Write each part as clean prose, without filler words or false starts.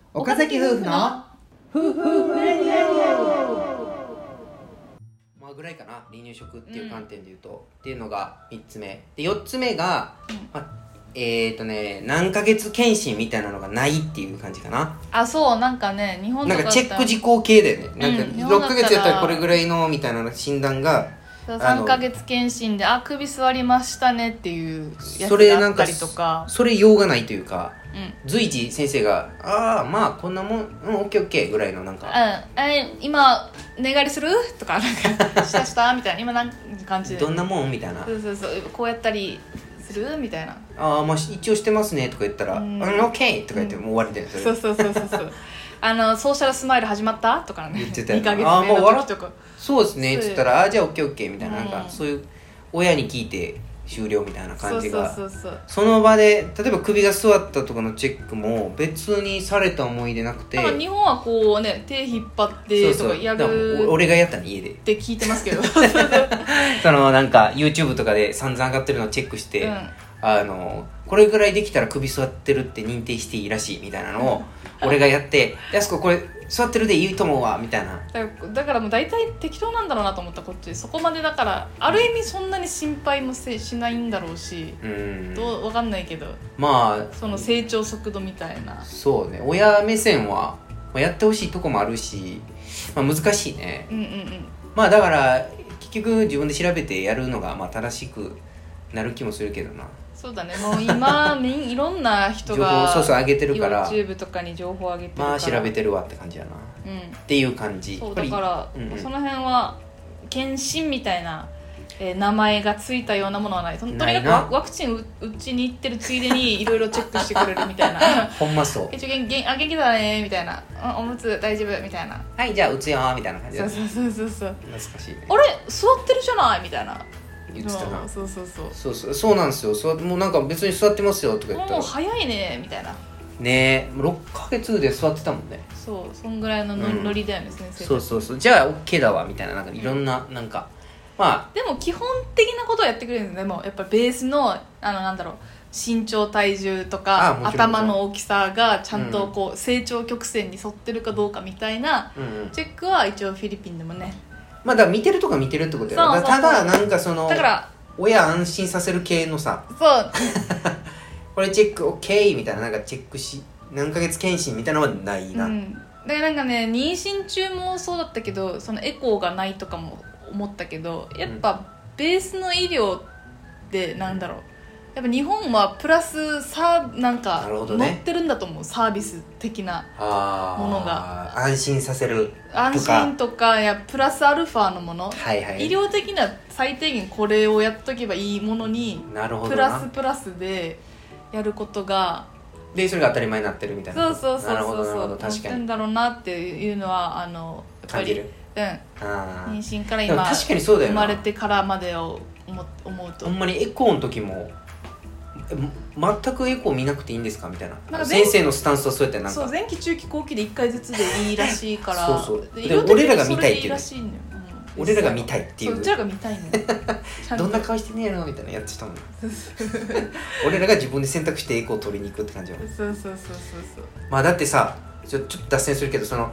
岡崎夫婦の夫婦レディオ、まあぐらいかな、離乳食っていう観点で言うと、っていうのが3つ目で、4つ目が、何ヶ月検診みたいなのがないっていう感じかな。 あ、そうなんかね、日本とかなんかチェック事項系だよね、なんか6ヶ月やったらこれぐらいのみたいな診断が 3ヶ月検診で首座りましたねっていうやつがあったりとか、 それ用がないというか、随時先生がまあこんなもん、オッケーオッケーぐらいのなんか、 今寝返りするとかなんかしたみたいな、今なん感じでどんなもんみたいな、 そうこうやったりするみたいな、 まあ一応してますねとか言ったら、オッケーとか言ってもう終わりだよ、 そうソーシャルスマイル始まったとかね、 言ってたよ、 2ヶ月目の時とか、 そうですねって言ったら、じゃあオッケーオッケーみたいな、なんかそういう親に聞いて終了みたいな感じが、その場で例えば首が座ったとかのチェックも別にされた思い出なくて、 日本はこうね、手引っ張ってとかやる、 俺がやったね、家でって聞いてますけどそのなんか YouTube とかで散々上がってるのをチェックして、これぐらいできたら首座ってるって認定していいらしいみたいなのを俺がやってやすここれ座ってるでいいと思うわみたいな、 だからもう大体適当なんだろうなと思った、こっちそこまでだからある意味そんなに心配もしないんだろうし、分かんないけど、まあその成長速度みたいな、 そうね、親目線はやってほしいとこもあるし、難しいね、まあだから結局自分で調べてやるのが正しくなる気もするけどな。 そうだね、もう今いろんな人が情報上げてるから YouTube とかに情報上げてるから調べてるわって感じやな、っていう感じ。 そうだから、その辺は検診みたいな、名前がついたようなものはない。とにかくワクチン打ちに行ってるついでにいろいろチェックしてくれるみたいなほんまそう、 元気だねみたいな、おむつ大丈夫みたいな、 はいじゃあ打つよみたいな感じだ、 そう懐かしいね、 あれ座ってるじゃないみたいな言ってたな、 そうなんですよ、もうなんか別に座ってますよとか言ったら、 もう早いねみたいなね、6ヶ月で座ってたもんね、 そんぐらいのノリだよね、先生。 そうじゃあ OK だわみたいな、なんかいろんな、なんかでも基本的なことをやってくれるんですね。もうやっぱベースのなんだろう、身長体重とか頭の大きさがちゃんとこう成長曲線に沿ってるかどうかみたいなチェックは一応フィリピンでもね、 だから見てるとか見てるってことやろ。ただなんかそのだから親安心させる系のさ、 そうこれチェック OK みたいな、なんかチェックし何ヶ月検診みたいなのはないな、 だからなんかね、妊娠中もそうだったけど、そのエコーがないとかも思ったけど、やっぱベースの医療ってなんだろう、やっぱ日本はプラスなんか乗ってるんだと思う、サービス的なものが安心させるとか、 安心とかプラスアルファのもの、医療的な最低限これをやっとけばいいものにプラスでやることがで、それが当たり前になってるみたいな。 そうなるほど、確かになんだろうなっていうのはやっぱり妊娠から今確かにそうだよ生まれてからまでを思うと、 ほんまにエコーの時も全くエコー見なくていいんですかみたいな、先生のスタンスはそうやって、なんか前期中期後期で1回ずつでいいらしいからで俺らが見たいっていう、 俺らが見たいっていう、 うちらが見たいねどんな顔してんねやろみたいなやつしたもん俺らが自分で選択してエコーを取りに行くって感じよ。そうだってさ、ちょっと脱線するけど、その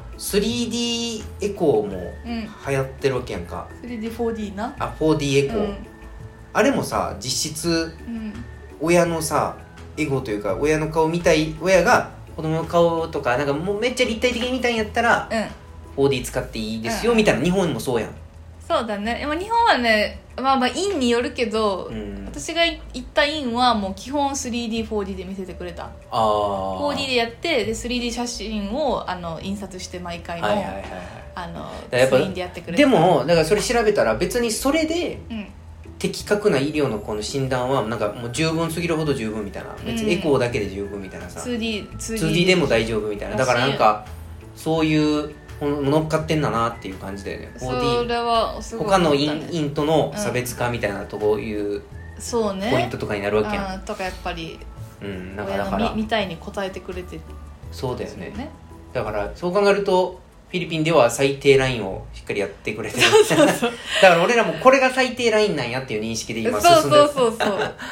3D エコーも流行ってるわけやんか、 3D4D な、 4D エコー、あれもさ、実質、親のさエゴというか、親の顔見たい親が子供の顔とかなんかもうめっちゃ立体的に見たいんやったら、4D 使っていいですよみたいな、日本もそうやん。 そうだね、日本はね、院によるけど、私が行った院はもう基本 3D4D で見せてくれた。4D でやって、で 3D 写真を印刷して毎回のツインでやってくれた。 でもだからそれ調べたら別にそれで、的確な医療のこの診断はなんかもう十分すぎるほど十分みたいな、別にエコーだけで十分みたいなさ、2D でも大丈夫みたいな、だからなんかそういう乗っかってんだなっていう感じだよね。 4D それはすごい他の院との差別化みたいなとこいうそうね、 ポイントとかになるわけやん、 とかやっぱりだから親のみたいに答えてくれて、 そうだよね。だからそう考えるとフィリピンでは最低ラインをしっかりやってくれてるだから俺らもこれが最低ラインなんやっていう認識で今進んでる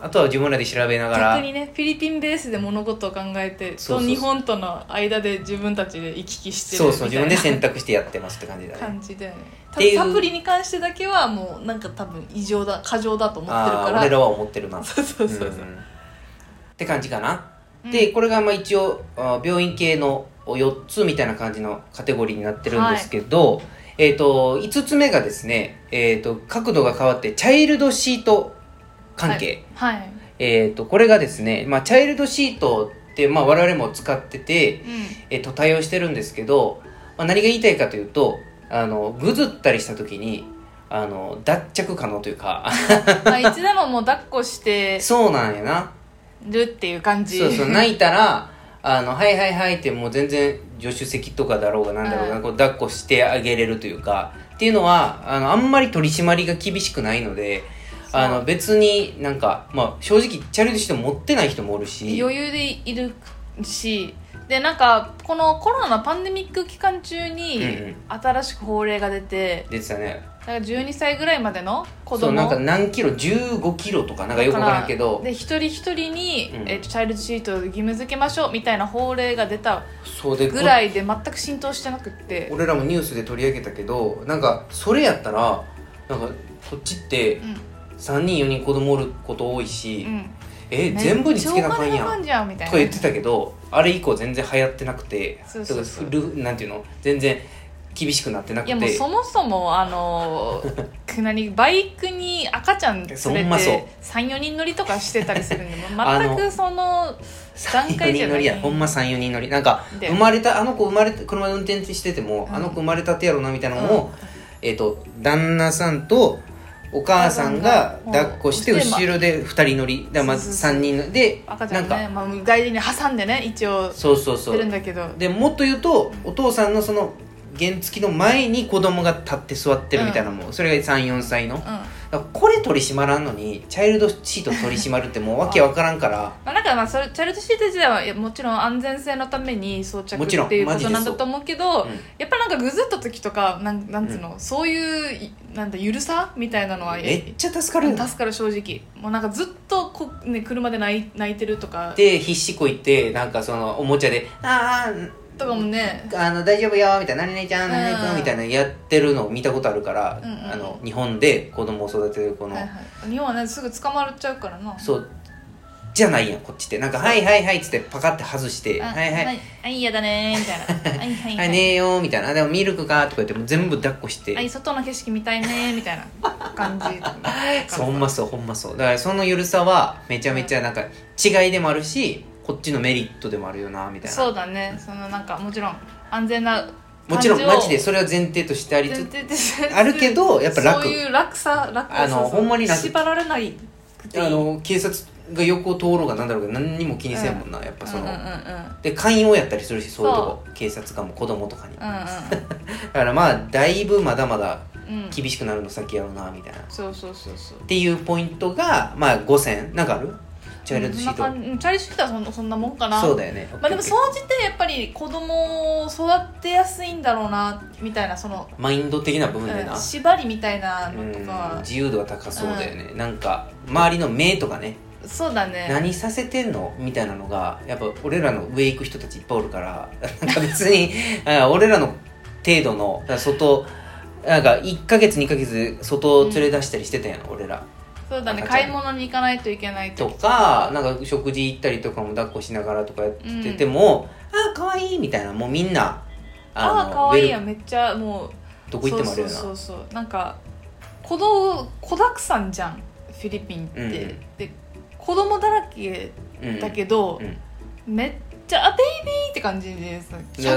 あとは自分らで調べながら逆にねフィリピンベースで物事を考えて日本との間で自分たちで行き来してるみたいなそう自分で選択してやってますって感じだね感じだよね。ただサプリに関してだけはもうなんか多分過剰だと思ってるから俺らは思ってるなそう、 って感じかな、でこれがまあ一応病院系の4つみたいな感じのカテゴリーになってるんですけど、5つ目がですね、角度が変わってチャイルドシート関係、これがですね、チャイルドシートって、我々も使ってて、対応してるんですけど、何が言いたいかというとぐずったりした時に脱着可能というかいつでももう抱っこしてそうなんやなるっていう感じ。 そう泣いたらはいはいはいってもう全然助手席とかだろうがなんだろうが、こう抱っこしてあげれるというかっていうのはあんまり取り締まりが厳しくないので別になんか、正直チャイルドシート持ってない人もおるし余裕でいるしでなんかこのコロナのパンデミック期間中に新しく法令が出てたね。 だから12歳ぐらいまでの子供そうなんか何キロ15キロとかなんかよくわからんけどで一人一人に、チャイルドシートを義務付けましょうみたいな法令が出たぐらいで全く浸透してなくって俺らもニュースで取り上げたけどなんかそれやったらなんかこっちって3人4人子供おること多いし、全部につけなあかんやんとか言ってたけどあれ以降全然流行ってなくてなんていうの全然厳しくなってなくていやもうそもそもバイクに赤ちゃん連れて 3,4 人乗りとかしてたりするんで全くその段階じゃないほんま 3,4 人乗りなんか車で運転してても、あの子生まれたてやろなみたいなのを、旦那さんとお母さんが抱っこして後ろで2人乗りだまず3人で赤ちゃんね大事に挟んでね一応してるんだけどでもっと言うとお父さんのその原付の前に子供が立って座ってるみたいなもん、それが 3,4 歳の、これ取り締まらんのにチャイルドシート取り締まるってもうわけわからんからなんかそれチャイルドシート自体はもちろん安全性のために装着っていうことなんだと思うけど、やっぱなんかぐずった時とかなんつうの、そういうなんだゆるさみたいなのはめっちゃ助かる正直もうなんかずっと車で泣いてるとかで必死こいてなんかそのおもちゃでとかもね大丈夫よみたいな何々ちゃん何々くんみたいなやってるのを見たことあるから、日本で子供を育てる子の、 日本はねすぐ捕まっちゃうからなそうじゃないやんこっちってなんかはいはいはいっつってパカって外してはいはいはい嫌だねみたいなはい寝ようみたいなでもミルクかとか言っても全部抱っこしてはい外の景色見たいねみたいな感じほんまそうだからそのゆるさはめちゃめちゃなんか違いでもあるしこっちのメリットでもあるよなみたいなそうだねそのなんかもちろん安全なもちろんマジでそれは前提としてありつつあるけどやっぱ楽そういう楽さほんまに楽縛られないくていい警察が横を通ろうがなんだろうが何にも気にせんもんな、やっぱその、で寛容やったりするしそういうとこ警察官も子供とかに、だからだいぶまだまだ厳しくなるの先やろうなみたいな、 そうっていうポイントが5選なんかあるチャイルドシート、 チャイルドシートはそんなもんかな。 そうだよね。 でも総じてやっぱり子供を育てやすいんだろうなみたいなそのマインド的な部分でな、 縛りみたいなのとか自由度が高そうだよね、なんか周りの目とかね、 そうだね、 何させてんのみたいなのがやっぱ俺らの上行く人たちいっぱいおるからなんか別に俺らの程度の外なんか1ヶ月2ヶ月外連れ出したりしてたやん、俺ら。 そうだね、買い物に行かないといけないとか、なんか食事行ったりとかも抱っこしながらとかやってても、あーかわいいみたいな、もうみんなかわいいやめっちゃもうどこ行ってもあるよな。 そうなんか子だくさんじゃんフィリピンって、で子供だらけだけど、めっちゃベイビーって感じで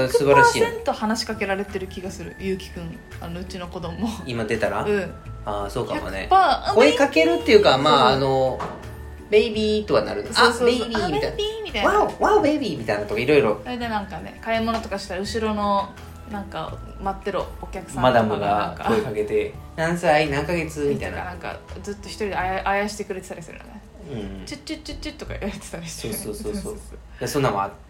100% 話しかけられてる気がする。ゆうきくんうちの子供今出たら、ああそうかもね。 声かけるっていうかベイビーとはなる。ベイビーみたいな、ワオベイビーみたいなとかいろいろ。 それでなんかね、買い物とかしたら後ろのなんか待ってるお客さんマダムが声かけて何歳何ヶ月みたいな、 なんかずっと一人であやしてくれてたりするよね。チュッチュッチュッチュッとか言われてたりして、 そうそんなのもあって、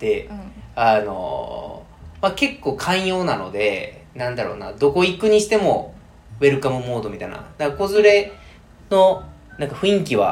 結構寛容なので、なんだろうな、どこ行くにしてもウェルカムモードみたいな、だから子連れのなんか雰囲気は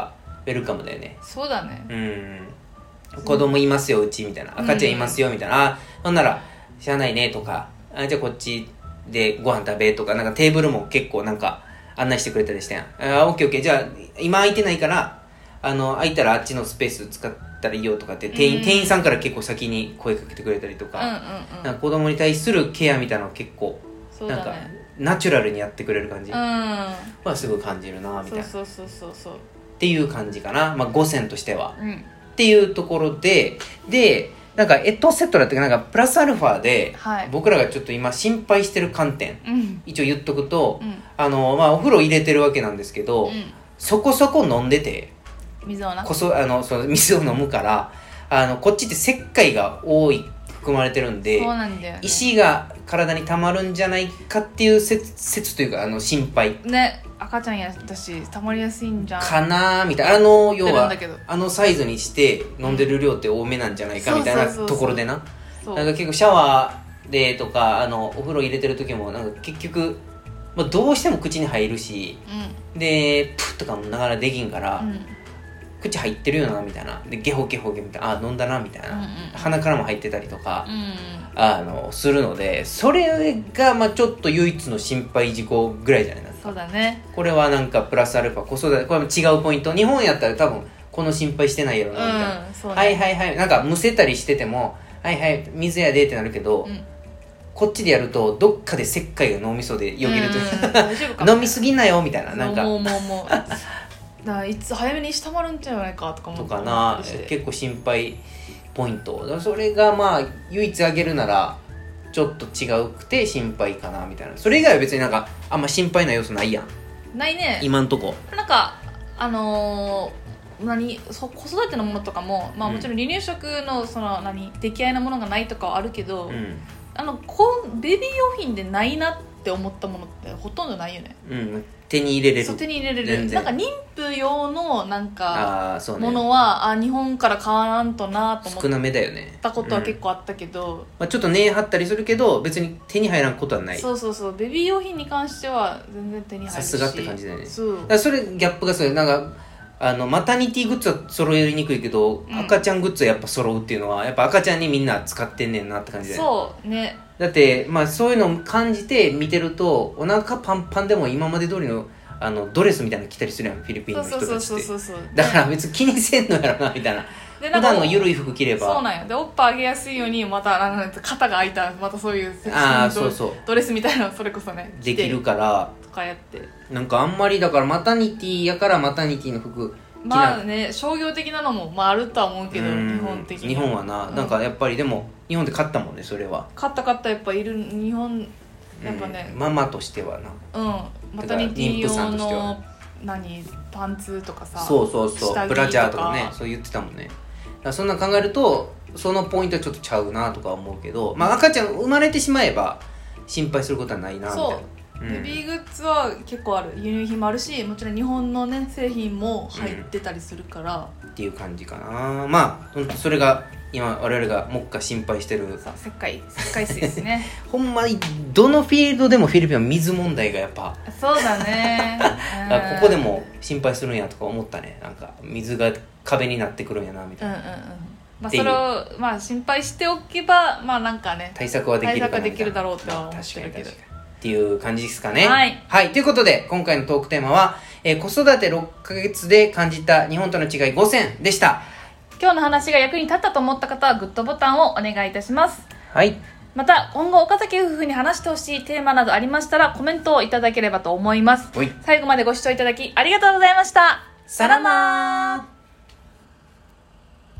ウェルカムだよね。 そうだね。 子供いますようちみたいな、赤ちゃんいますよみたいな、あほんならしゃあないねとか、じゃあこっちでご飯食べとか、なんかテーブルも結構なんか案内してくれたりしてん。オッケーオッケー、じゃあ今空いてないから空いたらあっちのスペース使ったらいいよとかって店員さんから結構先に声かけてくれたりとか、なんか子供に対するケアみたいなの結構なんかナチュラルにやってくれる感じはすごい感じるなみたいな。 そうっていう感じかな、まあ、5選としては、っていうところでなんかエトセトラっていうか、なんかプラスアルファで、僕らがちょっと今心配してる観点、一応言っとくと、まあ、お風呂入れてるわけなんですけど、そこそこ飲んでて水をなその水を飲むからこっちって石灰が多い含まれてるんで、 そうなんだよね、 石が体に溜まるんじゃないかっていう説というか心配ね。赤ちゃんやったし溜まりやすいんじゃんかなみたいな、要はサイズにして飲んでる量って多めなんじゃないかみたいなところでな、なんか結構シャワーでとかお風呂入れてる時もなんか結局、まあ、どうしても口に入るし、でプッとかもながらできんから、口入ってるよなみたいな、でゲホゲホゲみたいな、飲んだなみたいな、鼻からも入ってたりとか、するので、それがまあちょっと唯一の心配事項ぐらいじゃないですか。 そうだね。 これはなんかプラスアルファ子育て、これも違うポイント。日本やったら多分この心配してないやろなみたいな、はいはいはい、なんかむせたりしててもはいはい水やでってなるけど、こっちでやるとどっかで石灰が脳みそでよぎるという飲みすぎなよみたいな、なんかもうだいつ早めにしたまるんじゃないかとか思とかな、結構心配ポイント。それがまあ唯一挙げるならちょっと違うくて心配かなみたいな。それ以外は別になんかあんま心配な要素ないやん。 ないね今んとこ。 なんか子育てのものとかも、まあ、もちろん離乳食の出来合いのものがないとかはあるけど、ベビー用品でないなって思ったものってほとんどないよね。 手に入れれる。 そう、手に入れれる。なんか妊婦用のなんかそうね、 ものは日本から買わんとなと思少なめだよね。 ったことは結構あったけど、 まあ、ちょっと値張ったりするけど別に手に入らんことはない。 そうベビー用品に関しては全然手に入るし、 さすがって感じだよね。 そうだからそれギャップがすごい。なんかマタニティグッズは揃えにくいけど、赤ちゃんグッズはやっぱ揃うっていうのはやっぱ赤ちゃんにみんな使ってんねんなって感じだよね。 そうね。だってまあそういうのを感じて見てると、お腹パンパンでも今まで通りのドレスみたいなの着たりするやん、フィリピンの人たちって。そうだから別に気にせんのやろなみたいな。普段の緩い服着ればそうなんや。でおっぱい上げやすいようにまた肩が開いたまたそういうドレスみたいな、それこそねできるからとかやって、 なんかあんまりだからマタニティやからマタニティの服まあね、商業的なのも、あるとは思うけど、日本的に日本はな、なんかやっぱりでも日本で買ったもんね。それは買ったやっぱいる日本やっぱね、 ママとしてはな、 マタニティ用のパンツとかさ、 そうブラジャーとかね、そう言ってたもんね。だからそんな考えるとそのポイントはちょっとちゃうなとか思うけど、まあ赤ちゃん生まれてしまえば心配することはないなみたいな。 ベビーグッズは結構ある。輸入品もあるし、もちろん日本のね製品も入ってたりするから、 っていう感じかな。まあ本当それが今我々が目下心配してる石灰水ですねほんまにどのフィールドでもフィリピンは水問題がやっぱそうだねここでも心配するんやとか思ったね。なんか水が壁になってくるんやなみたいな、 まあ、それを、まあ、心配しておけばまあなんかね対策はできるかなみたいな、 できるだろうっては思ってるけどっていう感じですかね。 はい、 ということで今回のトークテーマは、子育て6ヶ月で感じた日本との違い5選でした。 今日の話が役に立ったと思った方はグッドボタンをお願いいたします。 はい。 また今後岡崎夫婦に話してほしいテーマなどありましたらコメントをいただければと思います。最後までご視聴いただきありがとうございました。さらなー。